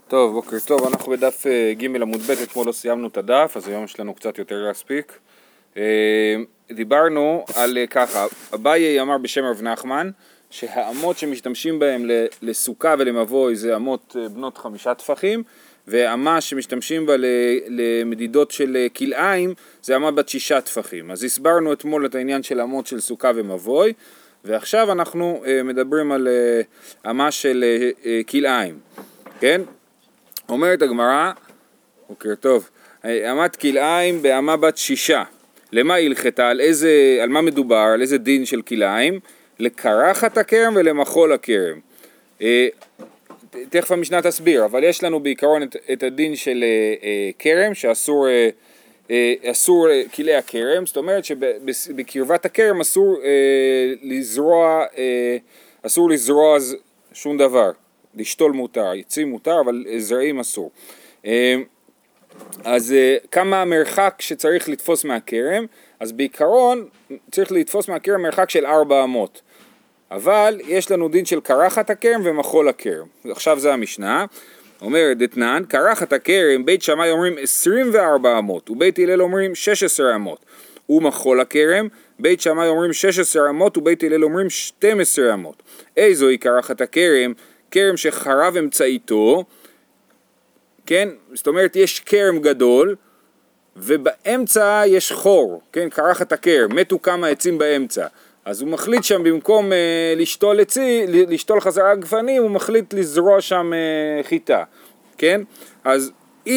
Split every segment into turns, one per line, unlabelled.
טוב, בוקר טוב, אנחנו בדף ג' עמוד ב', אתמול לא סיימנו את הדף, אז היום יש לנו קצת יותר להספיק. דיברנו על ככה, אביי אמר בשם רב נחמן, שהאמות שמשתמשים בהם לסוכה ולמבוי זה אמות בנות 5 טפחים, והאמה שמשתמשים בה למדידות של כלאיים זה אמה בת 6 טפחים. אז הסברנו אתמול את העניין של אמות של סוכה ומבוי, ועכשיו אנחנו מדברים על אמה של כלאיים, כן? אומרת הגמרא, בוקר טוב, אמת כלאיים באמה בת 6, למה הלכתה, על מה מדובר, על איזה דין של כלאיים? לקרחת הכרם ולמחול הכרם. תכף המשנה תסביר, אבל יש לנו בעיקרון את הדין של כרם, שאסור כלי הכרם, זאת אומרת שבקרבת הכרם אסור לזרוע שום דבר. לשתול מותר, יצים מותר, אבל זרעים אסור. אז כמה המרחק שצריך לתפוס מהכרם? אז בעיקרון צריך לתפוס מהכרם מרחק של 4 אמות. אבל יש לנו דין של קרחת הכרם ומחול הכרם. עכשיו זה המשנה. אומרת דתנן, קרחת הכרם, בית שמאי אומרים 24 אמות, ובית הלל אומרים 16 אמות. ומחול הכרם, בית שמאי אומרים 16 אמות, ובית הלל אומרים 12 אמות. איזו היא קרחת הכרם? כרם שחרב אמצעיתו, כן? זאת אומרת יש כרם גדול ובאמצע יש חור, כן? קרחת הכרם, מתו כמה עצים באמצע, אז הוא מחליט שם במקום לשתול חזרה גפנים, הוא מחליט לזרוע שם חיטה, כן? אז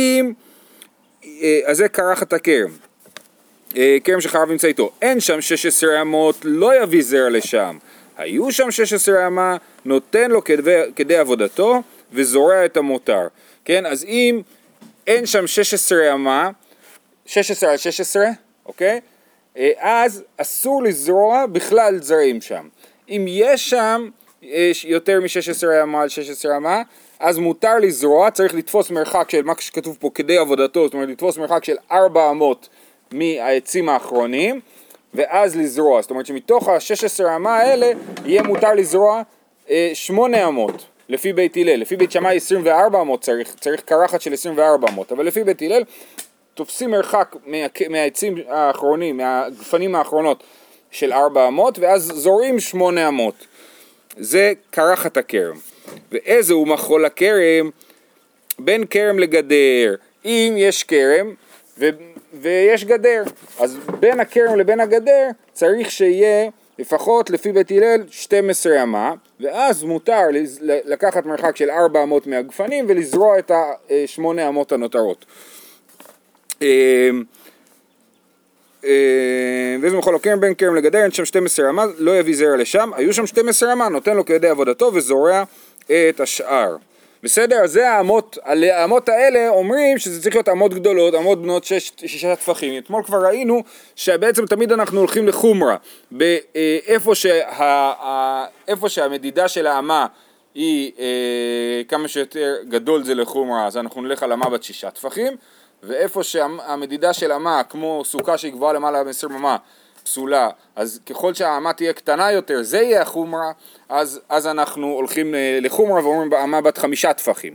זה קרחת הכרם, כרם שחרב אמצעיתו, אין שם 16 אמות, לא יביא זרע לשם. היו שם 16 אמה, נותן לו כדי עבודתו וזורע את המותר. כן, אז אם אין שם 16 אמה, 16 על 16, אוקיי? אז אסור לזרוע בכלל זרעים שם. אם יש שם יותר מ-16 אמה על 16 אמה, אז מותר לזרוע, צריך לתפוס מרחק של מה שכתוב פה כדי עבודתו, זאת אומרת לתפוס מרחק של 4 אמות מהעצים האחרונים, ואז לזרוע, זאת אומרת שמתוך ה-16 אמה האלה יהיה מותר לזרוע 8 אמות לפי בית הלל. לפי בית שמאי 24 אמות צריך קרחת של 24 אמות, אבל לפי בית הלל תופסים מרחק מהעצים האחרונים, מהגפנים האחרונות של 4 אמות, ואז זורעים 8 אמות. זה קרחת הכרם. ואיזה הוא מחול הכרם? בין כרם לגדר. אם יש כרם ויש גדר, אז בין הכרם לבין הגדר צריך שיהיה לפחות לפי בית הלל 12 אמה, ואז מותר לקחת מרחק של 4 אמות מהגפנים ולזרוע את 8 אמות הנותרות. וזה מחול הכרם בין כרם לגדר, אין שם 12 אמה, לא יביא זרע לשם. היו שם 12 אמה, נותן לו כדי עבודתו וזורע את השאר. בסדר? אז זה האמות האלה אומרים שזה צריך להיות אמות גדולות, אמות בנות 6 טפחים. אתמול כבר ראינו שבעצם תמיד אנחנו הולכים לחומרה, איפה שהמדידה של האמה היא כמה שיותר גדול זה לחומרה, אז אנחנו נלך על אמה בת 6 טפחים, ואיפה שהמדידה של אמה כמו סוכה שהיא גבוהה למעלה מ-20 אמה פסולה, אז ככל שהאמה תהיה קטנה יותר, זה יהיה החומרה, אז אנחנו הולכים לחומרה ואומרים באמה בת 5 טפחים.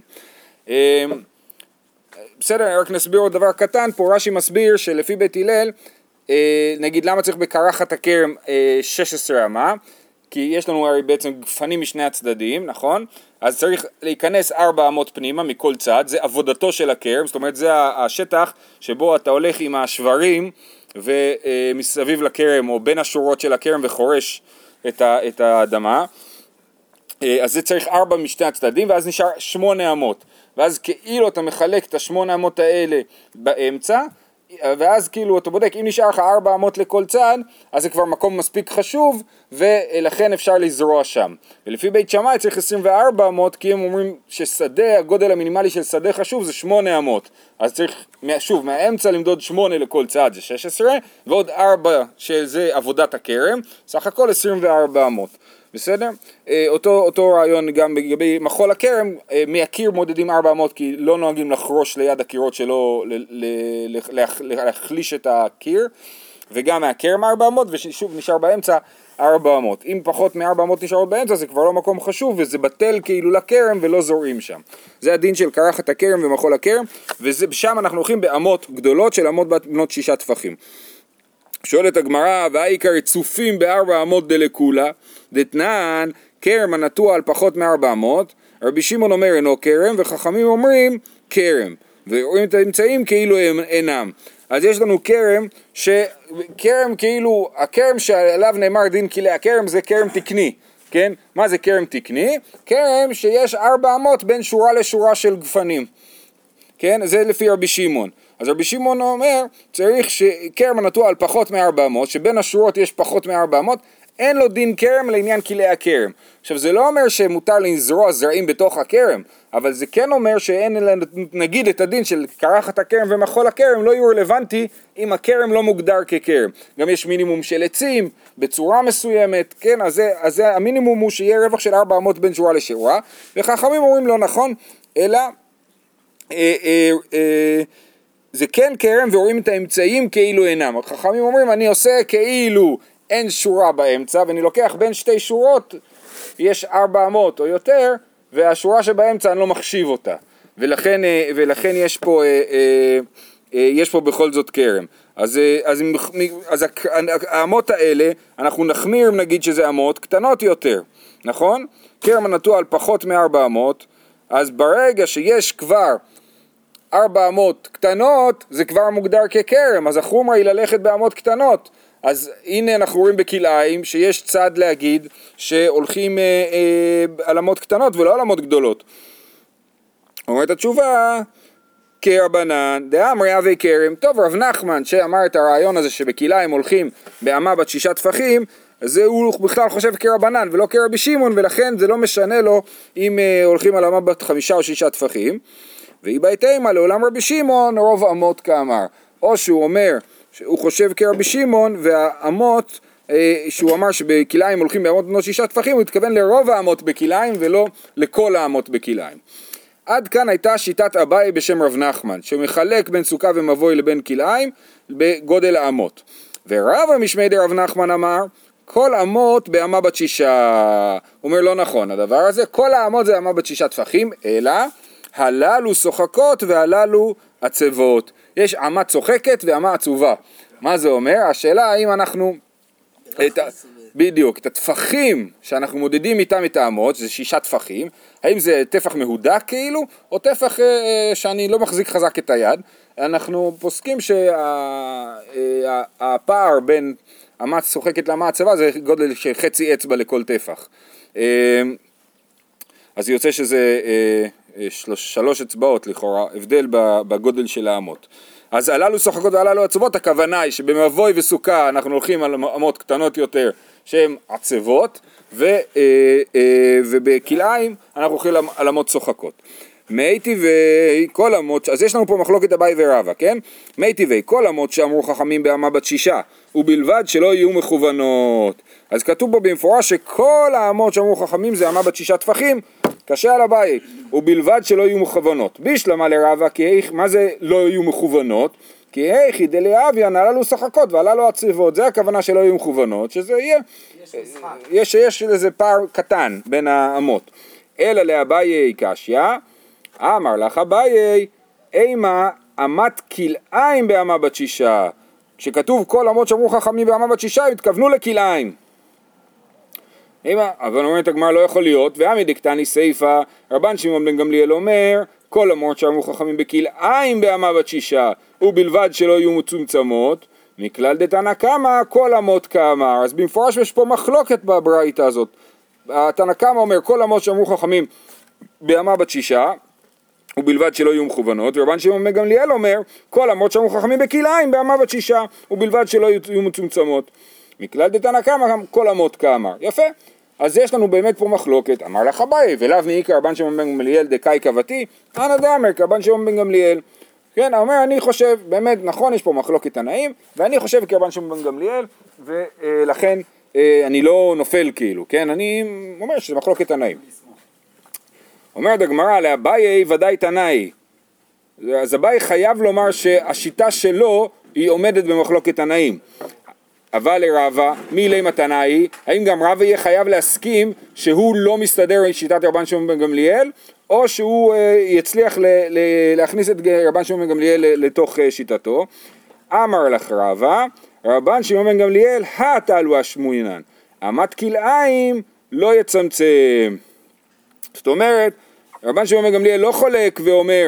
בסדר, רק נסביר עוד דבר קטן, פה רש"י מסביר שלפי בית הלל, נגיד למה צריך בקרחת הכרם 16 אמה, כי יש לנו הרי בעצם גפנים משני הצדדים, נכון? אז צריך להיכנס 4 אמות פנימה מכל צד, זה עבודתו של הכרם, זאת אומרת זה השטח שבו אתה הולך עם השברים, ומסביב לכרם או בין השורות של הכרם וחורש את האדמה, אז זה צריך 4 משתי הצדדים, ואז נשאר 8 אמות, ואז כאילו אתה מחלק את 8 אמות האלה באמצע, ואז כאילו אתה בודק, אם נשאר לך 4 אמות לכל צד, אז זה כבר מקום מספיק חשוב, ולכן אפשר לזרוע שם. ולפי בית שמאי צריך 24 אמות, כי הם אומרים ששדה, הגודל המינימלי של שדה חשוב זה 8 אמות. אז צריך, שוב, מהאמצע למדוד 8 לכל צד זה 16, ועוד 4 שזה עבודת הכרם, סך הכל 24 אמות. בסדר? אותו רעיון גם לגבי מחול הכרם, מהקיר מודדים 400 כי לא נוהגים לחרוש ליד הקירות שלו להחליש את הקיר, וגם מהכרם 400 ושוב נשאר באמצע 400. אם פחות מ-400 נשארות באמצע זה כבר לא מקום חשוב וזה בטל כאילו לכרם ולא זורעים שם. זה הדין של קרחת הכרם ומחול הכרם, ושם אנחנו הולכים באמות גדולות של אמות בנות 6 טפחים. שואלת הגמרא, והעיקר רצופים ב4 אמות דלקולה, דתנן כרם הנטוע על פחות מ400, רבי שמעון אומר אינו כרם, וחכמים אומרים כרם, ורואים את האמצעים כאילו הם אינם. אז יש לנו כרם כאילו, הכרם שעליו נאמר דין כלי הכרם זה כרם תקני, כן? מה זה כרם תקני? כרם שיש 400 בין שורה לשורה של גפנים, כן? זה לפי רבי שמעון. אז רבי שמעון אומר, צריך שכרם הנטוע על פחות מ400, שבין השורות יש פחות מ400, אין לו דין כרם לעניין כלי הכרם. עכשיו זה לא אומר שמותר לזרוע זרעים בתוך הכרם, אבל זה כן אומר שאין נגיד את הדין של קרחת הכרם ומחול הכרם לא יהיו רלוונטי אם הכרם לא מוגדר ככרם. גם יש מינימום של עצים בצורה מסוימת, כן? אז המינימום הוא שיהיה רווח של 400 בין שורה לשורה, וחכמים אומרים לא נכון, אלא זה כן כרם ורואים את האמצעים כאילו אינם. חכמים אומרים אני עושה כאילו אין שורה באמצע ואני לוקח בין 2 שורות יש 400 או יותר והשורה שבאמצע אני לא מחשיב אותה ולכן יש פה בכל זאת כרם. אז האמות האלה אנחנו נחמיר נגיד שזה אמות קטנות יותר, נכון? כרם הנטוע על פחות מ400, אז ברגע שיש כבר 400 קטנות זה כבר מוגדר ככרם, אז החומרה היא ללכת באמות קטנות. אז הנה אנחנו רואים בכלאיים שיש צד להגיד שהולכים על אמות קטנות ולא על אמות גדולות. אומרת התשובה, כרבנן, דאמרי אבי כרם, טוב רב נחמן שאמר את הרעיון הזה שבכלאיים הולכים באמה בת 6 טפחים, אז הוא בכלל חושב כרבנן ולא כרבי שמעון, ולכן זה לא משנה לו אם הולכים על אמה בת 5 או 6 טפחים. והיא בהתאמה לעולם רבי שמעון רוב אמות כאמר, או שהוא אומר הוא חושב כרבי שמעון והאמות שהוא אמר שבכלאיים הולכים באמות בנות 6 טפחים הוא התכוון לרוב האמות בכלאיים ולא לכל האמות בכלאיים. עד כאן הייתה שיטת אביי בשם רב נחמן שמחלק בין סוכה ומבוי לבין כלאיים בגודל האמות. ורב המשמי דרב נחמן אמר כל אמות באמה בת 6. הוא אומר לא נכון הדבר הזה, כל האמות זה אמה בת 6 טפחים, אלא הללו שוחקות והללו עצבות. יש אמה צוחקת ואמה עצובה. מה זה אומר? השאלה האם אנחנו בדיוק, את הטפחים שאנחנו מודדים איתם את האמות, זה 6 טפחים, האם זה טפח מהודק כאילו, או טפח שאני לא מחזיק חזק את היד. אנחנו פוסקים שהפער בין אמה צוחקת לאמה עצבה זה גודל של חצי אצבע לכל טפח. אז יוצא שזה 3 אצבעות לכאורה, הבדל בגודל של האמות. אז הללו שוחקות והללו עצבות, הכוונה היא שבמבוי וסוכה אנחנו הולכים על אמות קטנות יותר שהן עצבות, ובכלאיים אנחנו הולכים על אמות שוחקות. מי טבעי כל אמות, אז יש לנו פה מחלוקת אביי ורבא, כן? מי טבעי כל אמות שאמרו חכמים באמה בת 6 ובלבד שלא יהיו מכוונות. אז כתוב פה במפורש שכל האמות שאמרו חכמים זה אמה בת 6 טפחים, קשה על אביי, ובלבד שלא יהיו מכוונות. בישלמה לרבא, מה זה לא יהיו מכוונות? כי היכי דלאביין הללו שוחקות והללו עצבות, זה הכוונה שלא יהיו מכוונות, שזה יהיה, יש איזה פער קטן בין האמות. אלא לאביי קשיא, אמר לך אביי, אימה אמת כלאיים באמה בת 6. כשכתוב כל אמות שאמרו חכמים באמה בת 6, התכוונו לכלאיים. אבל אומרת הגמרא לא יכול להיות, ועמי דקתני סייפה, רבן שמעון בן גמליאל אומר, כל אמות שאמרו חכמים בכלאיים באמה בת 6, ובלבד שלא יהיו מצומצמות, מכלל דתנא קמא כל אמות כאמר. אז במפורש יש פה מחלוקת בברייתא הזאת. התנא קמא אומר כל אמות שאמרו חכמים באמה בת 6, ובלבד שלא יהיו מכוונות, ורבן שמעון בן גמליאל אומר כל אמות שאמרו חכמים בכלאיים באמה בת 6, ובלבד שלא יהיו מצומצמות. מכלל דתנא קמא כל אמות כאמר. יפה. אז יש לנו באמת פה מחלוקת, אמר לך אביי, ולאו מעיקר רבן שמעון בן גמליאל דקאי כבתי, אנא דאמר כרבן שמעון בן גמליאל. כן, אומר אני חושב, באמת נכון יש פה מחלוקת תנאים, ואני חושב כרבן שמעון בן גמליאל, ולכן אני לא נופל כאילו, כן, אני אומר שזה מחלוקת תנאים. אומרת הגמרא לאביי ודאי תנאי, אז אביי חייב לומר שהשיטה שלו היא עומדת במחלוקת תנאים. אבל לרבה, מי לי מתנה היא? האם גם רבה יהיה חייב להסכים שהוא לא מסתדר עם שיטת רבן שמעון בן גמליאל, או שהוא יצליח להכניס את רבן שמעון בן גמליאל לתוך שיטתו? אמר לך רבה, רבן שמעון בן גמליאל, התלו השמועינן, אמת כלאיים לא יצמצם. זאת אומרת, רבן שמעון בן גמליאל לא חולק ואומר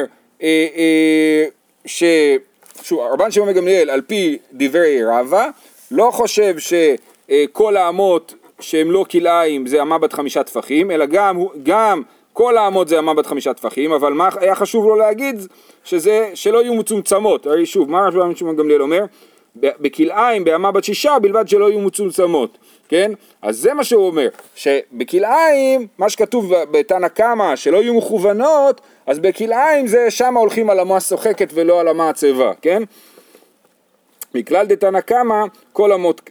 רבן שמעון בן גמליאל על פי דברי רבה, לא חושב שכל האמות שהם לא כלאיים זה אמה בת 5 טפחים, אלא גם כל האמות זה אמה בת 5 טפחים, אבל מה היה חשוב לו להגיד? שלא יהיו מצומצמות. הרי שוב, מה רבן שמעון בן גמליאל אומר? בכלאיים באמה בת 6 בלבד שלא יהיו מצומצמות, כן? אז זה מה שהוא אומר, שבכלאיים, מה שכתוב בתנא קמא שלא יהיו מכוונות, אז בכלאיים זה שם הולכים על אמה שוחקת ולא על אמה עצבה, כן? מכלל דתנא קמא כל אמות,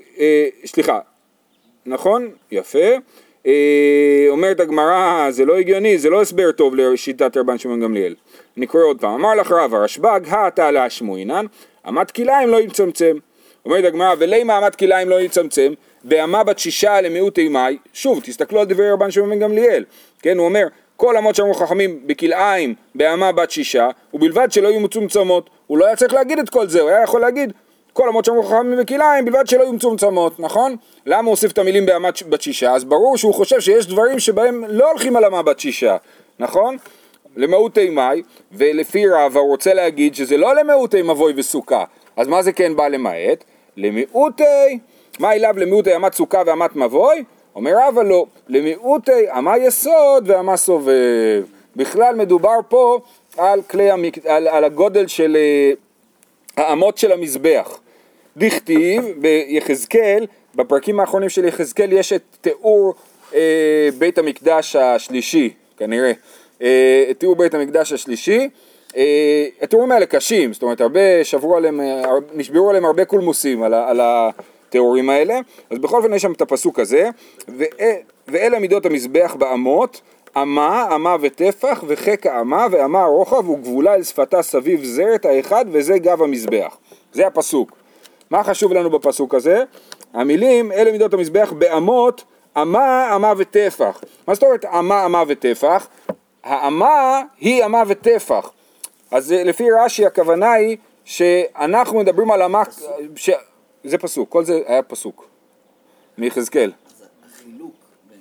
נכון? יפה. אומרת הגמרא, זה לא הגיוני, זה לא הסבר טוב לשיטת רבן שמעון גמליאל. אני קורא עוד פעם, אמר לך רבא, רשב"ג, התעלה השמועינן, אמת כלאיים לא יצמצם. אומרת הגמרא, ולמה אמת כלאיים לא יצמצם? באמה בת 6 למיעוט אימי, שוב, תסתכלו על דברי רבן שמעון בן גמליאל, כן, הוא אומר, כל אמות שאמרו חכמים בכלאיים באמה בת 6, ובלבד שלא יהיו מצומצמות. הוא לא היה צריך להגיד את כל זה, הוא היה יכול להגיד, כל אמות שאמרו חכמים בכלאיים בלבד שלא יהיו מצומצמות, נכון? למה הוא הוסיף את המילים באמה בת 6? אז ברור שהוא חושב שיש דברים שבהם לא הולכים על אמה בת 6, נכון? למהותי מאי, ולפי רבא הוא רוצה להגיד שזה לא למהותי מבוי וסוכה, אז מה זה כן בא למעט? למיעוטי, מה אליו למיעוטי אמת סוכה ואמת מבוי? אומר רבא לא, למיעוטי אמה יסוד ואמה סובב. בכלל מדובר פה על, על הגודל של האמות של המזבח. דכתיב ביחזקאל, בפרקים האחרונים של יחזקאל יש את תיאור בית המקדש השלישי, כנראה. תיאור בית המקדש השלישי, התיאורים האלה קשים, זאת אומרת נשברו עליהם הרבה קולמוסים על התיאורים האלה, אז בכל אופן יש שם את הפסוק הזה, ואלה מידות המזבח באמות, אמה וטפח וחקה אמה ואמה רוחב וגבולה אל שפתה סביב זרת האחד וזה גב המזבח. זה הפסוק. מה חשוב לנו בפסוק הזה? המילים, אלה מידות המזבח באמות, אמה וטפח. מה זאת אומרת אמה וטפח? האמה היא אמה וטפח. אז לפי רש"י הכוונה היא שאנחנו מדברים על אמה, זה פסוק, כל זה היה פסוק מיחזקאל.
אז החילוק בין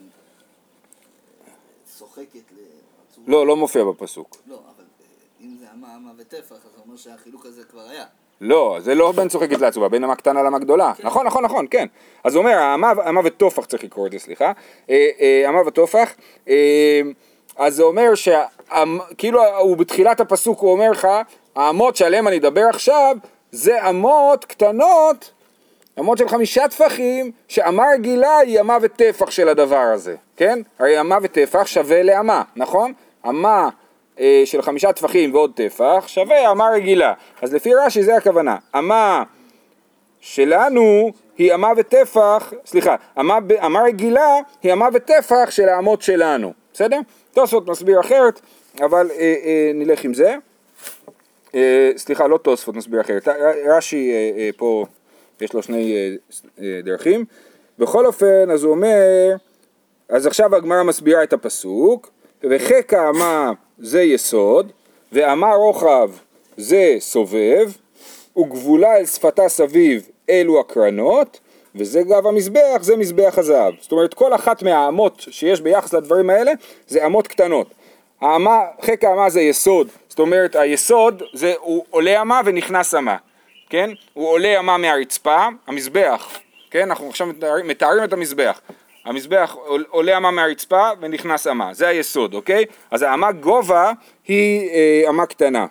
שוחקת
לא מופיע בפסוק.
לא, אבל אם זה אמה וטפח, אז זה אומר שהחילוק הזה כבר היה.
לא, זה לא בין צוחקת לעצובה, בין אמה קטנה לאמה גדולה. כן. נכון, כן. אז הוא אומר, אמה וטופח צריך לקרוא את זה, סליחה. אמה וטופח, אז זה אומר כאילו הוא בתחילת הפסוק הוא אומר לך, האמות שעליהם אני אדבר עכשיו, זה אמות קטנות, אמות של 5 טפחים, שאמה רגילה היא אמה וטפח של הדבר הזה, כן? הרי אמה וטפח שווה לאמה, נכון? אמה של 5 טפחים ועוד טפח שווה אמה רגילה. אז לפי רש"י זה הכוונה. אמה שלנו היא אמה וטפח, סליחה, אמה רגילה היא אמה וטפח של האמות שלנו. בסדר? תוספות מסביר אחרת, אבל נלך עם זה. סליחה, לא תוספות מסביר אחרת. רש"י פה יש לו 2 דרכים. בכל אופן, אז הוא אומר, אז עכשיו הגמרא מסבירה את הפסוק, וחקה אמה זה יסוד, ואמה רוחב זה סובב, וגבולה אל שפתה סביב אלו הקרנות, וזה גב המזבח, זה מזבח הזהב. זאת אומרת, כל אחת מהאמות שיש ביחס לדברים האלה, זה אמות קטנות. חקה אמה זה יסוד, זאת אומרת, היסוד זה הוא עולה אמה ונכנס אמה, כן? הוא עולה אמה מהרצפה, המזבח, כן? אנחנו עכשיו מתארים את המזבח. המזבח עולה אמה מהרצפה ונכנס אמה, זה היסוד, אוקיי? אז האמה גובה היא אמה קטנה.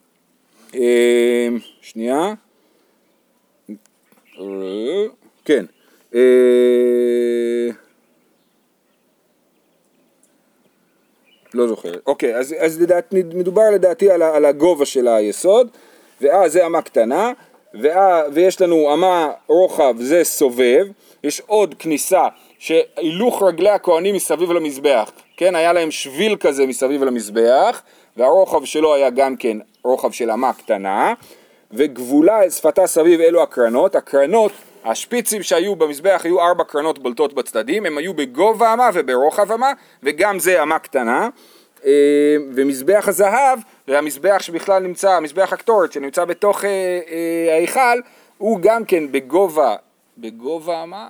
שנייה. כן. לא זוכר. אוקיי, אז מדובר לדעתי על הגובה של היסוד, זה אמה קטנה, ויש לנו אמה רוחב זה סובב, יש עוד כניסה שהילוך רגלי הכהנים מסביב למזבח, כן, היה להם שביל כזה מסביב למזבח, והרוחב שלו היה גם כן רוחב של אמה קטנה, וגבולה שפתה סביב אלו הקרנות, הקרנות השפיצים שהיו במזבח היו 4 קרנות בולטות בצדדים, הם היו בגובה אמה וברוחב אמה, וגם זה אמה קטנה, ומזבח הזהב, והמזבח שבכלל נמצא, המזבח הקטורת שנמצא בתוך ההיכל, הוא גם כן בגובה אמה,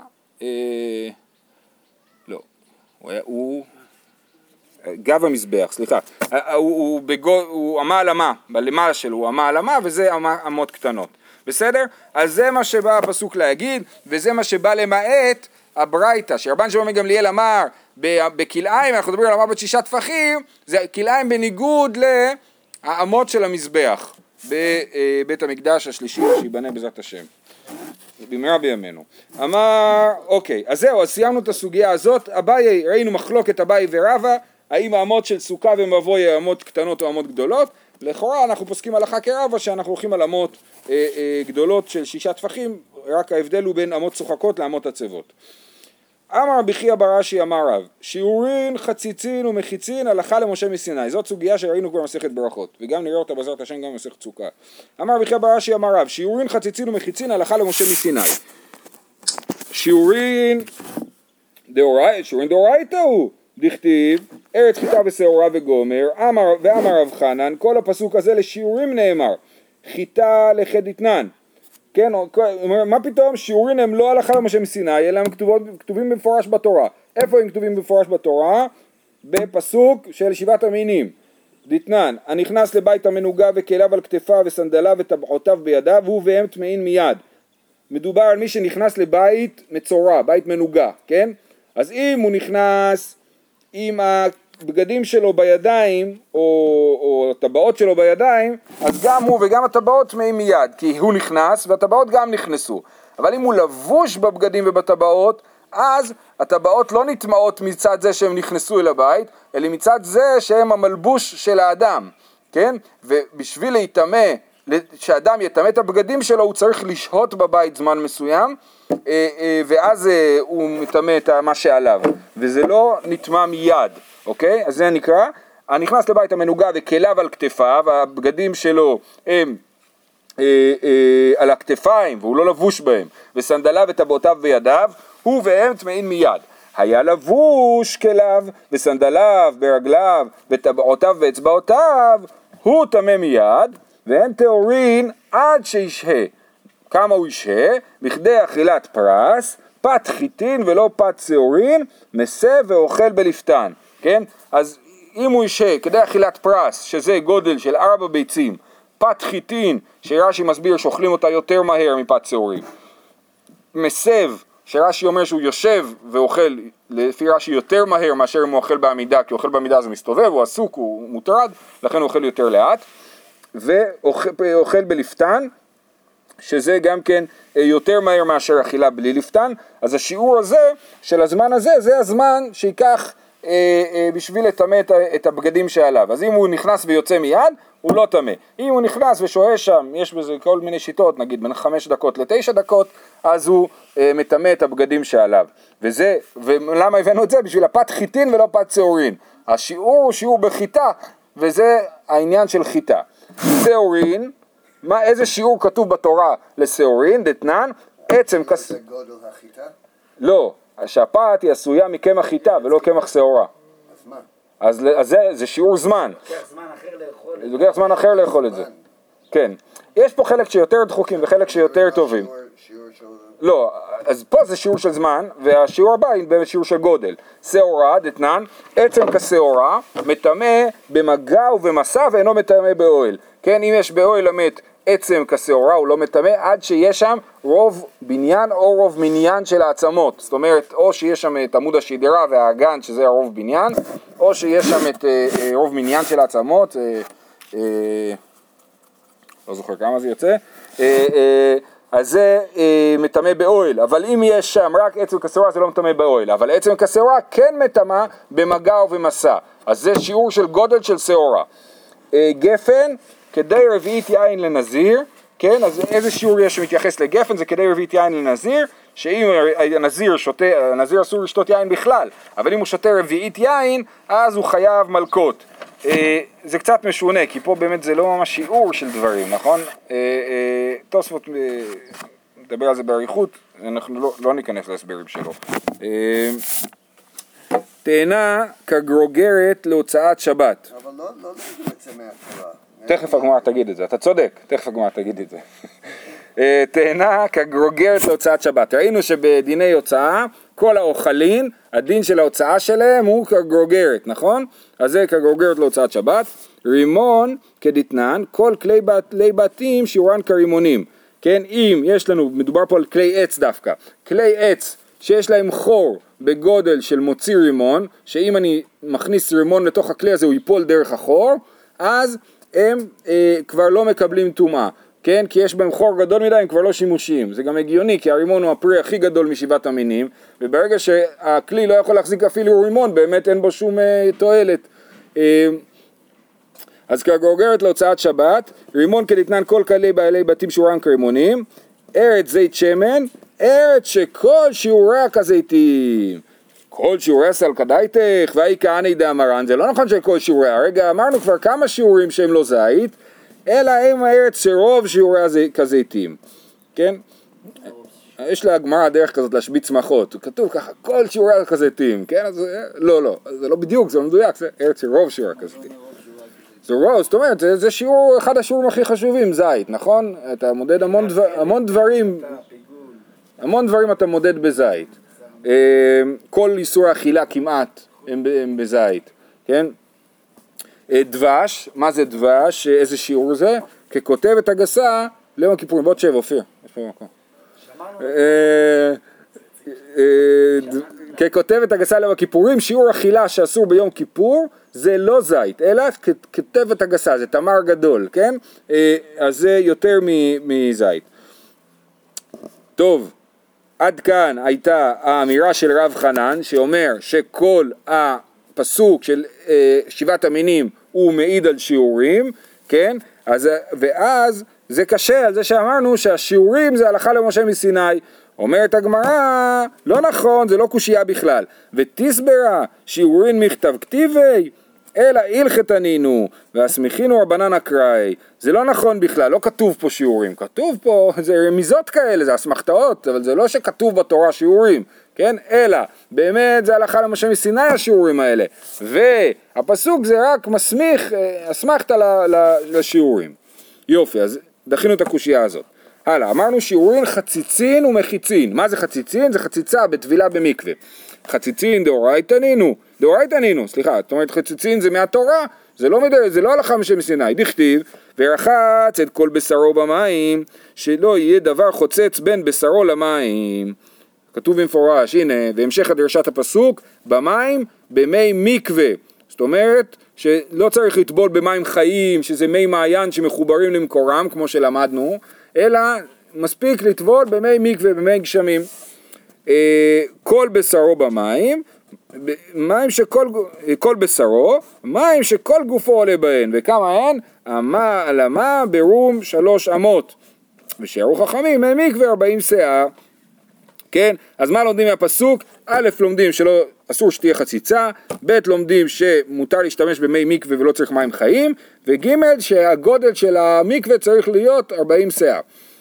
לא, הוא גב המזבח, סליחה, הוא אמה על אמה, בלמעלה שלו הוא אמה על אמה, וזה אמות קטנות, בסדר? אז זה מה שבא הפסוק להגיד, וזה מה שבא למעט הברייתא, שרבן שמעון בן גמליאל אמר, בכלאיים, אנחנו מדברים על אמה בת 6 טפחים, זה כלאיים בניגוד לאמות של המזבח, בבית המקדש השלישי, שיבנה בעזרת השם. במהרה בימינו. אמר, אוקיי, אז זהו, אז סיימנו את הסוגיה הזאת, אביי, ראינו מחלוקת אביי ורבא, האם האמות של סוכה ומבוי אמות קטנות או אמות גדולות, לכאורה אנחנו פוסקים הלכה כרבא שאנחנו הולכים על אמות גדולות של 6 טפחים, רק ההבדל הוא בין אמות צוחקות לאמות עצבות. אמר רבי חייא בר אשי אמר רב, שיעורין חציצין ומחיצין הלכה למשה מסיני. זאת סוגיה שראינו כבר במסכת ברכות, וגם נראה אותה בעזרת השם גם במסכת סוכה. אמר רבי חייא בר אשי אמר רב, שיעורין חציצין ומחיצין הלכה למשה מסיני. שיעורין דאורייתא הוא, דכתיב ארץ חיטה ושעורה וגומר, ואמר רב חנן, כל הפסוק הזה לשיעורים נאמר, חיטה לחדיתנן. כן, מה פתאום שיעורים הם לא הלכה למשה מסיני, אלא הם כתובים במפורש בתורה. איפה הם כתובים במפורש בתורה? בפסוק של 7 המינים. דתנן, הנכנס לבית המנוגה וכליו על כתפיו וסנדליו וטבעותיו בידיו, הוא והם טמאים מיד. מדובר על מי שנכנס לבית מצורע, בית מנוגה, כן? אז אם הוא נכנס עם הבגדים שלו בידיים, או הטבעות שלו בידיים, אז גם הוא וגם הטבעות טמאים מיד, כי הוא נכנס והטבעות גם נכנסו. אבל אם הוא לבוש בבגדים ובטבעות, אז הטבעות לא נטמעות מצד זה שהם נכנסו אל הבית, אלא מצד זה שהם המלבוש של האדם, כן? ובשביל להיטמא, שאדם יטמא את הבגדים שלו, הוא צריך לשהות בבית זמן מסוים, ואז הוא מטמא את מה שעליו, וזה לא נטמא מיד, אוקיי? אז זה נקרא, הנכנס לבית המנוגה וכליו על כתפיו, הבגדים שלו הם על הכתפיים, והוא לא לבוש בהם, וסנדליו וטבעותיו בידיו, הוא והם טמאים מיד. היה לבוש כליו וסנדליו ברגליו וטבעותיו ואצבעותיו, הוא טמא מיד, ואין טהורין עד שישהה. כמה הוא ישהה? בכדי אכילת פרס, פת חיטין ולא פת שעורין, מסב ואוכל בלפתן. כן? אז אם הוא ישהה כדי אכילת פרס, שזה גודל של 4 ביצים, פת חיטין, שרש"י מסביר שאוכלים אותה יותר מהר מפת שעורין, מסב, שרש"י אומר שהוא יושב ואוכל לפי רש"י יותר מהר מאשר אם הוא אוכל בעמידה, כי הוא אוכל בעמידה זה מסתובב, הוא עסוק, הוא מוטרד, לכן הוא אוכל יותר לאט, ואוכל בלפתן, שזה גם כן יותר מהר מאשר אכילה בלי לפתן. אז השיעור הזה של הזמן הזה, זה הזמן שיקח בשביל לטמא את הבגדים שעליו. אז אם הוא נכנס ויוצא מיד, הוא לא טמא. אם הוא נכנס ושוהה שם, יש בזה כל מיני שיטות, נגיד בין 5 דקות ל9 דקות, אז הוא מטמא את הבגדים שעליו. ולמה הבאנו את זה? בשביל הפת חיטין ולא פת שעורין. השיעור הוא שיעור בחיטה, וזה העניין של חיטה. שעורין, איזה שיעור כתוב בתורה לשעורין? דתנן, עצם כס...
זה גודל החיטה?
לא, השפעת היא עשויה מקמח חיטה ולא קמח שעורה.
אז מה?
אז זה שיעור זמן.
לוקח זמן אחר לאכול את זה.
לוקח זמן אחר לאכול את זה. כן. יש פה חלק שיותר דחוקים וחלק שיותר טובים.
שיעור של...
לא, אז פה זה שיעור של זמן, והשיעור הבא היא באמת שיעור של גודל. שעורה, דתנן, עצם כשעורה, מטמא במגע ובמסע ואינו מטמא באוהל. כן, אם יש באוהל המת עצם כשעורה, הוא לא מטמא עד שיש שם רוב בניין או רוב מניין של העצמות. זאת אומרת, או שיש שם את עמוד השדרה והאגן, שזה הרוב בניין, או שיש שם את רוב מניין של העצמות, לא זוכר כמה זה יוצא, אז זה מטמא באוהל. אבל אם יש שם רק עצם כשעורה, זה לא מטמא באוהל. אבל עצם כשעורה כן מטמא במגע ובמסע. אז זה שיעור של גודל של שעורה. גפן, כדי רביעית יין לנזיר, כן, אז איזה שיעור יש שמתייחס לגפן? זה כדי רביעית יין לנזיר, שאם הנזיר שותה, הנזיר אסור לשתות יין בכלל, אבל אם הוא שותה רביעית יין, אז הוא חייב מלכות. זה קצת משונה, כי פה באמת זה לא ממש שיעור של דברים, נכון? תוספות מדבר על זה בעריכות, אנחנו לא ניכנס להסברים שלו. תאנה כגרוגרת להוצאת שבת.
אבל לא יוצא מהתורה.
תכף הגמרא תגיד את זה, אתה צודק, תכף הגמרא תגיד את זה. תאנה כגרוגרת להוצאת שבת. ראינו שבדיני הוצאה, כל האוכלים, הדין של ההוצאה שלהם הוא כגרוגרת, נכון? אז זה כגרוגרת להוצאת שבת. רימון כדתנן, כל כלי בתים שיעורן כרימונים. כן, אם יש לנו, מדובר פה על כלי עץ דווקא, כלי עץ שיש להם חור בגודל של מוציא רימון, שאם אני מכניס רימון לתוך הכלי הזה הוא ייפול דרך החור, אז הם כבר לא מקבלים טומאה, כן? כי יש בהם חור גדול מדי, הם כבר לא שימושיים. זה גם הגיוני, כי הרימון הוא הפרי הכי גדול משבעת המינים, וברגע שהכלי לא יכול להחזיק אפילו רימון, באמת אין בו שום תועלת. אז כגרוגרת להוצאת שבת, רימון כדתנן כל כלי בעלי בתים שיעורם כרימונים, ארץ זית שמן, ארץ שכל שיעוריה כזיתים. כל שיעוריה סלקדייתך, והי כהני דאמרן, זה לא נכון שכל שיעוריה, הרגע אמרנו כבר כמה שיעורים שהם לא זית, אלא הם הארץ שרוב שיעוריה כזיתים, כן? יש להגמרא דרך כזאת להשבית צמחות, כתוב ככה, כל שיעוריה כזיתים, כן? אז לא, זה לא בדיוק, זה לא מדויק, זה ארץ שרוב שיעוריה כזיתים. זה רוב, זאת אומרת, זה שיעור, אחד השיעורים הכי חשובים, זית, נכון? אתה מודד המון דברים אתה מודד בזית. כל איסור אכילה כמעט הם בזית, כן? דבש, מה זה דבש? איזה שיעור זה? ככותבת הגסה, ליום הכיפורים, בוא תשב אופיר, יש פה מקום. ככותבת הגסה ליום הכיפורים, שיעור אכילה שאסור ביום כיפור, זה לא זית, אלא ככותבת הגסה, זה תמר גדול, כן? אז זה יותר מזית. טוב, עד כאן הייתה האמירה של רב חנן, שאומר שכל הפסוק של שבעת המינים הוא מעיד על שיעורים, כן? ואז זה קשה על זה שאמרנו שהשיעורים זה הלכה למשה מסיני. אומרת הגמרא, לא נכון, זה לא קושייה בכלל. ותסברה שיעורין מכתב כתיבי, אלא הלכתנינו, והסמיכינו רבנן אקראי. זה לא נכון בכלל, לא כתוב פה שיעורים. כתוב פה, זה רמיזות כאלה, זה אסמכתאות, אבל זה לא שכתוב בתורה שיעורים, כן? אלא, באמת זה הלכה למשה מסיני השיעורים האלה. והפסוק זה רק מסמיך, אסמכת לשיעורים. יופי, אז דחינו את הקושייה הזאת. הלאה, אמרנו שיעורין חציצין ומחיצין. מה זה חציצין? זה חציצה בטבילה במקווה. חציצין דאורייתא סליחה, זאת אומרת חציצין זה מהתורה, זה לא הלכה משה מסיני. דכתיב, ורחץ את כל בשרו במים, שלא יהיה דבר חוצץ בין בשרו למים. כתוב במפורש, הנה, והמשך הדרשת הפסוק, במים, במי מקווה. זאת אומרת שלא צריך לטבול במים חיים, שזה מי מעיין שמחוברים למקורם, כמו שלמדנו, אלא מספיק לטבול במי מקווה, במי גשמים. כל בשרו במים, מים כל בשרו, מים שכל גופו עולה בהן, וכמה הן? על המה ברום 3 אמות, ושיערו חכמים מי מקווה 40 שאה. כן, אז מה לומדים מהפסוק? א', לומדים שלא אסור שתהיה חציצה, ב', לומדים שמותר להשתמש במי מקווה ולא צריך מים חיים, וג', שהגודל של המקווה צריך להיות 40 שאה.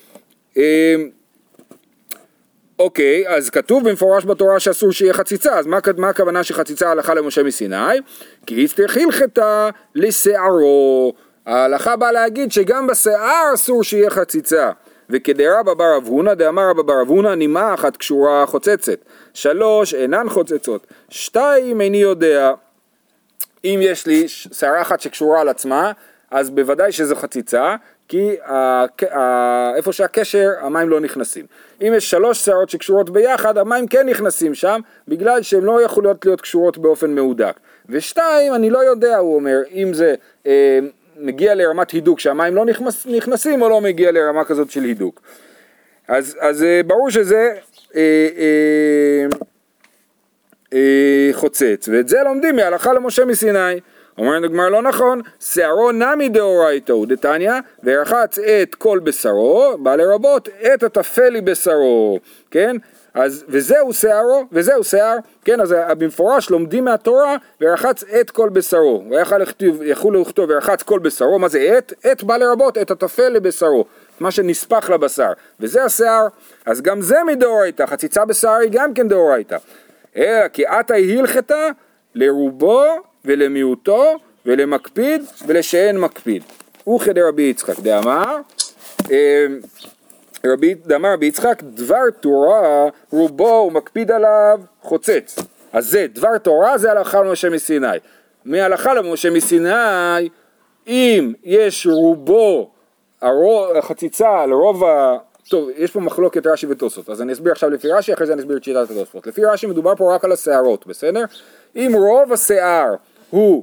אוקיי, אז כתוב במפורש בתורה שאסור שיהיה חציצה, אז מה הכוונה שחציצה הלכה למשה מסיני? כי יצטרך הלכתה לשערו. ההלכה באה להגיד שגם בשיער אסור שיהיה חציצה. וכדרבא בר רב הונא דאמר רבא בר רב הונא נימה אחת קשורה חוצצת, 3 אינן חוצצות, 2 איני יודע. אם יש לי שערה אחת שקשורה על עצמה, אז בוודאי שזו חציצה, כי איפה שהקשר המים לא נכנסים. אם יש 3 שערות שקשורות ביחד, המים כן נכנסים שם, בגלל שהן לא יכולות להיות קשורות באופן מהודק. ו2 אני לא יודע, הוא אומר, אם זה מגיע לרמת הידוק שהמים לא נכנסים או לא מגיע לרמה כזאת של הידוק. אז ברור שזה חוצץ, ואת זה לומדים מהלכה למשה מסיני. אומרים הגמרא לא נכון, שערו נמי דאורייתא הוא דתניא, ורחץ את כל בשרו, בא לרבות את הטפלי בשרו, כן? אז וזהו שער, כן? אז במפורש לומדים מהתורה ורחץ את כל בשרו. ויכול לכתוב ורחץ כל בשרו, מה זה את? את בא לרבות את הטפל לבשרו. מה שנספח לבשר, וזה השיער, אז גם זה מדאורייתא, חציצה בשיער היא גם כן דאורייתא. אלא כי עתה היא הלכתה לרובו ולמיעוטו ולמקפיד ולשאין מקפיד. וכדי רבי יצחק דאמר, רבי יצחק דבר תורה רובו ומקפיד עליו חוצץ. אז זה דבר תורה, זה הלכה למשה מסיני. מהלכה למשה מסיני, אם יש רובו חציצה על רוב טוב, יש פה מחלוקת רש"י ותוספות, אז אני אסביר עכשיו לפי רש"י, אחרי זה אני אסביר את שיטת התוספות. לפי רש"י מדובר פה רק על השערות, בסדר? אם רוב השיער הוא,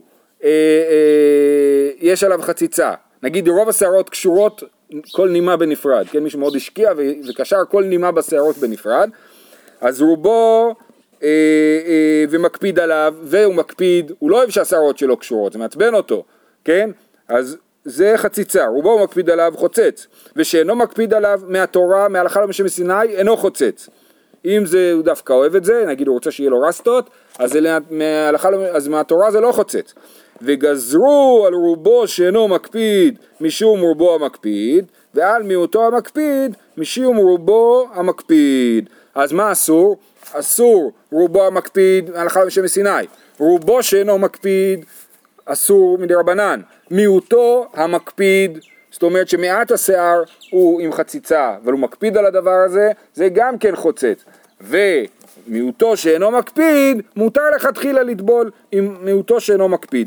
יש עליו חציצה, נגיד רוב השערות קשורות כל נימה בנפרד, כן? מישהו מאוד השקיע וקשר כל נימה בשערות בנפרד, אז רובו ומקפיד עליו, והוא מקפיד, הוא לא אוהב שהשערות שלו קשורות, זה מעצבן אותו, כן? אז זה חציצה, רובו מקפיד עליו חוצץ, ושאינו מקפיד עליו מהתורה, מהלכה למשה מסיני, אינו חוצץ. אם זה, הוא דווקא אוהב את זה, נגיד הוא רוצה שיהיה לו רסטות, אז מהתורה זה לא חוצץ. וגזרו על רובו שאינו מקפיד משום רובו המקפיד, ועל מיעוטו המקפיד משום רובו המקפיד. אז מה אסור? אסור רובו המקפיד, מהלכה למשה מסיני. רובו שאינו מקפיד, אסור מדרבנן. מיעוטו המקפיד, זאת אומרת שמעט השיער הוא עם חציצה, אבל הוא מקפיד על הדבר הזה, זה גם כן חוצץ. ומיעוטו שאינו מקפיד, מותר לכתחילה לטבול עם מיעוטו שאינו מקפיד.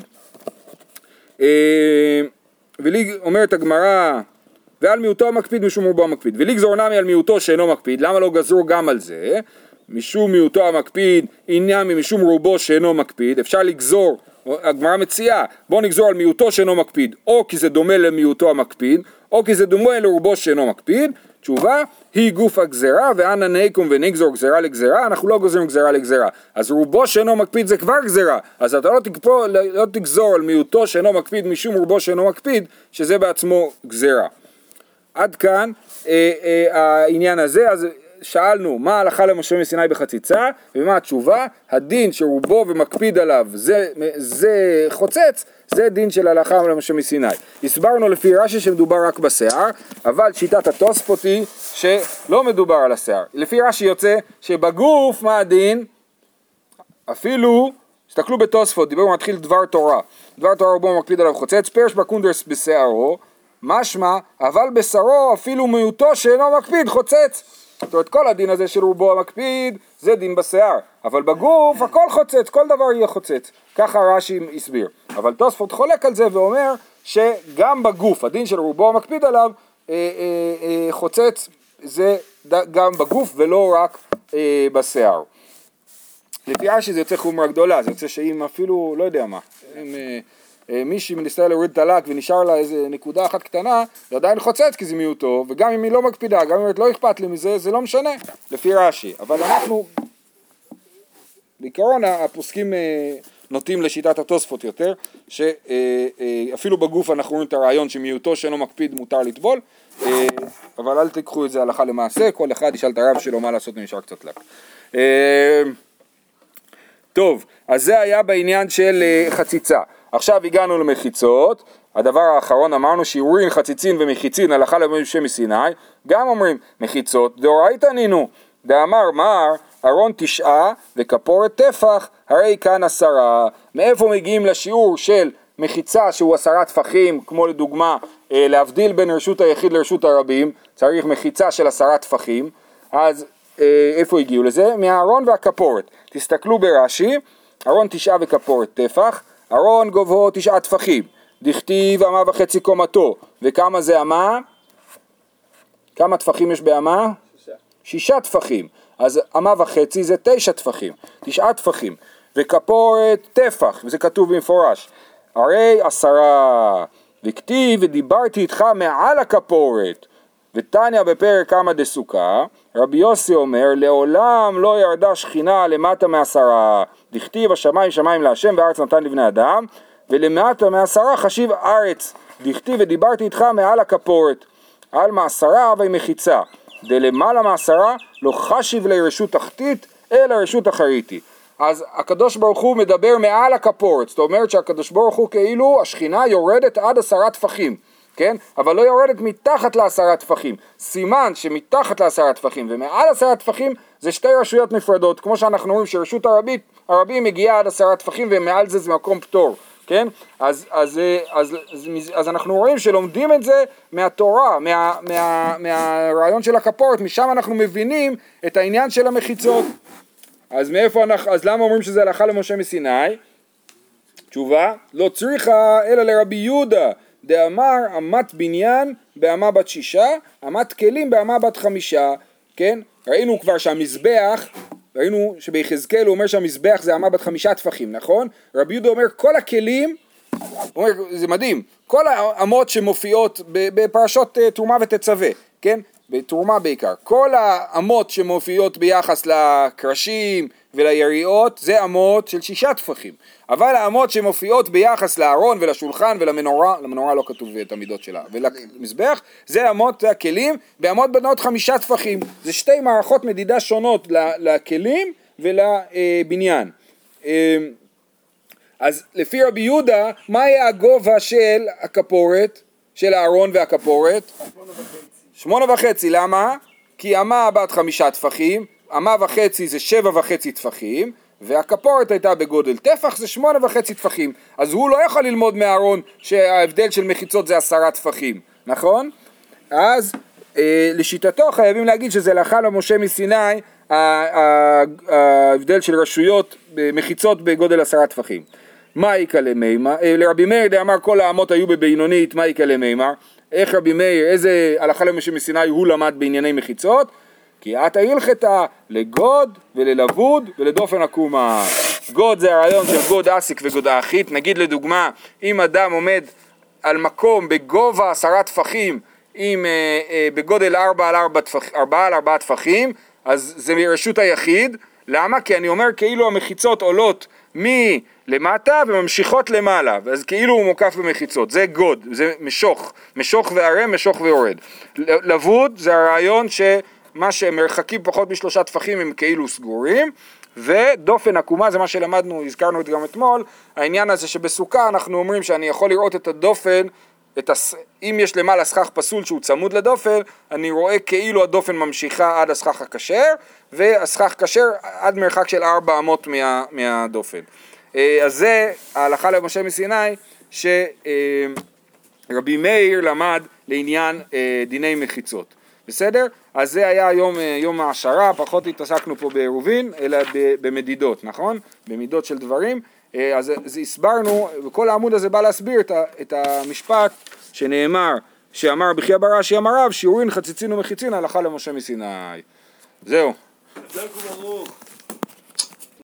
ולי אומרת הגמרא, ועל מיעוטו המקפיד משום רובו המקפיד. ולי גזור נמי על מיעוטו שאינו מקפיד, למה לא גזרו גם על זה? משום מיעוטו המקפיד, עניין משום רובו שאינו מקפיד, אפשר לגזור, הגמרא מציעה, בוא נגזור על מיעוטו שאינו מקפיד, או כי זה דומה למיעוטו המקפיד, או כי זה דומה לרובו שאינו מקפיד. תשובה, היא גוף הגזרה, ואנה נעקום ונגזור גזרה לגזרה, אנחנו לא גוזרים גזרה לגזרה. אז רובו שאינו מקפיד זה כבר גזרה, אז אתה לא תגזור על מיעוטו שאינו מקפיד משום רובו שאינו מקפיד, שזה בעצמו גזרה. עד כאן העניין הזה. אז שאלנו מה ההלכה למשה מסיני בחציצה, ומה התשובה? הדין שרובו ומקפיד עליו זה חוצץ, זה דין של ההלכה למשה מסיני. הסברנו לפי רש"י שמדובר רק בשיער, אבל שיטת התוספות היא שלא מדובר על השיער. לפי רש"י יוצא שבגוף מה הדין? אפילו, תסתכלו בתוספות, דיבר מתחיל דבר תורה. דבר תורה רובו מקפיד עליו חוצץ, פרש בקונדרס בשיערו, משמע, אבל בשרו אפילו מיעוטו שאינו מקפיד חוצץ. זאת אומרת, כל הדין הזה של רובו המקפיד זה דין בשיער, אבל בגוף הכל חוצץ, כל דבר יהיה חוצץ. ככה רש"י הסביר. אבל תוספות חולק על זה ואומר שגם בגוף, הדין של רובו המקפיד עליו חוצץ זה גם בגוף ולא רק בשיער. לפי רש"י זה יוצא חומרה גדולה, זה יוצא שאם אפילו, לא יודע מה, מישהי מנסה להוריד את הלק ונשאר לה איזה נקודה אחת קטנה, זה עדיין חוצץ כי זה מיעוטו, וגם אם היא לא מקפידה, גם אם לא אכפת לי מזה, זה לא משנה, לפי רש"י. אבל אנחנו, בעיקרון הפוסקים נוטים לשיטת התוספות יותר, שאפילו בגוף אנחנו רואים את הרעיון שמיעוטו שאינו מקפיד מותר לטבול, אבל אל תיקחו את זה הלכה למעשה, כל אחד ישאל את הרב שלו מה לעשות ונשאר קצת לק. טוב, אז זה היה בעניין של חציצה. עכשיו הגענו למחיצות, הדבר האחרון אמרנו שיעורין, חציצין ומחיצין, הלכה למשה מסיני, גם אומרים מחיצות, דאורייתא נינו, דאמר מר, ארון 9 וכפורת טפח, הרי כאן 10. מאיפה מגיעים לשיעור של מחיצה שהוא 10 טפחים, כמו לדוגמה, להבדיל בין רשות היחיד לרשות הרבים, צריך מחיצה של 10 טפחים, אז איפה הגיעו לזה? מהארון והכפורת. תסתכלו ברש"י, ארון 9 וכפורת טפח, ארון גובהו 9 טפחים, דכתיב 1.5 קומתו, וכמה זה אמה? כמה טפחים יש באמה? 6 טפחים, אז 1.5 זה 9 טפחים, 9 טפחים, וכפורת טפח, וזה כתוב במפורש, הרי 10, וכתיב ודיברתי איתך מעל הכפורת, ותניא בפרק כמה דסוכה, רבי יוסי אומר, לעולם לא ירדה שכינה למטה מ10, דכתיב השמיים שמיים להשם והארץ נתן לבני אדם, ולמטה מ10 חשיב ארץ, דכתיב ודיברתי איתך מעל הכפורת, על מ10 אבל מחיצה, דלמעלה מ10 לא חשיב לרשות תחתית, אלא רשות אחריתי. אז הקדוש ברוך הוא מדבר מעל הכפורת, זאת אומרת שהקדוש ברוך הוא כאילו השכינה יורדת עד 10 טפחים, כן? אבל לא יורדת מתחת ל10 טפחים. סימן שמתחת ל10 טפחים ומעל 10 טפחים זה שתי רשויות נפרדות, כמו שאנחנו רואים שרשות הרבים מגיעה עד 10 טפחים ומעל זה מקום פטור, כן? אז אנחנו רואים שלומדים את זה מהתורה, מהרעיון של הכפורת, משם אנחנו מבינים את העניין של המחיצות. אז למה אומרים שזה הלכה למשה מסיני? תשובה, לא צריכה אלא לרבי יהודה, דאמר אמת בניין באמה בת 6, אמת כלים באמה בת 5, כן? ראינו כבר שהמזבח, ראינו שביחזקאל הוא אומר שהמזבח זה אמה בת 5 טפחים, נכון? רבי יהודה אומר כל הכלים, הוא אומר, זה מדהים, כל האמות שמופיעות בפרשות תרומה ותצווה, כן? בתרומה בעיקר, כל האמות שמופיעות ביחס לקרשים וליריעות זה אמות של 6 טפחים, אבל האמות שמופיעות ביחס לארון ולשולחן ולמנורה, למנורה לא כתוב את המידות שלה, ולמזבח זה אמות הכלים באמות בנות 5 טפחים, זה שתי מערכות מדידה שונות לכלים ולבניין. אז לפי רבי יהודה, מה היה הגובה של הכפורת, של הארון והכפורת? 8.5, למה? כי אמה בת 5 טפחים, אמה וחצי זה 7.5 טפחים, והכפורת הייתה בגודל טפח, זה 8.5 טפחים. אז הוא לא יכול ללמוד מהארון שההבדל של מחיצות זה 10 טפחים, נכון? אז לשיטתו חייבים להגיד שזה הלכה למשה מסיני, ההבדל של רשויות מחיצות בגודל 10 טפחים. מה יקה למימר? לרבי מאיר דאמר כל האמות היו בבינונית, מה יקה למימר? איך רבי מאיר, איזה הלכה למשה מסיני הוא למד בענייני מחיצות? כי אתה הלכתה לגוד וללבוד ולדופן עקומה. גוד זה הרעיון של גוד אסיק וגוד האחית. נגיד לדוגמה, אם אדם עומד על מקום בגובה 10 טפחים, בגודל 4 על 4 טפחים, אז זה מרשות היחיד. למה? כי אני אומר כאילו המחיצות עולות מלמטה וממשיכות למעלה, אז כאילו הוא מוקף במחיצות, זה גוד, זה משוך וערם, משוך ויורד. לבוד זה הרעיון שמה שמרחקים פחות מ3 טפחים הם כאילו סגורים, ודופן עקומה זה מה שלמדנו, הזכרנו את גם אתמול, העניין הזה שבסוכה אנחנו אומרים שאני יכול לראות את הדופן, אם יש למעלה סכך פסול שהוא צמוד לדופן, אני רואה כאילו הדופן ממשיכה עד הסכך הכשר, והסכך כשר עד מרחק של 4 אמות מהדופן. אז זה ההלכה למשה מסיני שרבי מאיר למד לעניין דיני מחיצות. בסדר? אז זה היה יום העשרה, פחות התעסקנו פה בעירובין, אלא במדידות, נכון? במידות של דברים. אז הסברנו, וכל העמוד הזה בא להסביר את המשפט שנאמר, שאמר בחייא בר רש"י אמר רב, שיעורין חציצין ומחיצין הלכה למשה מסיני. זהו.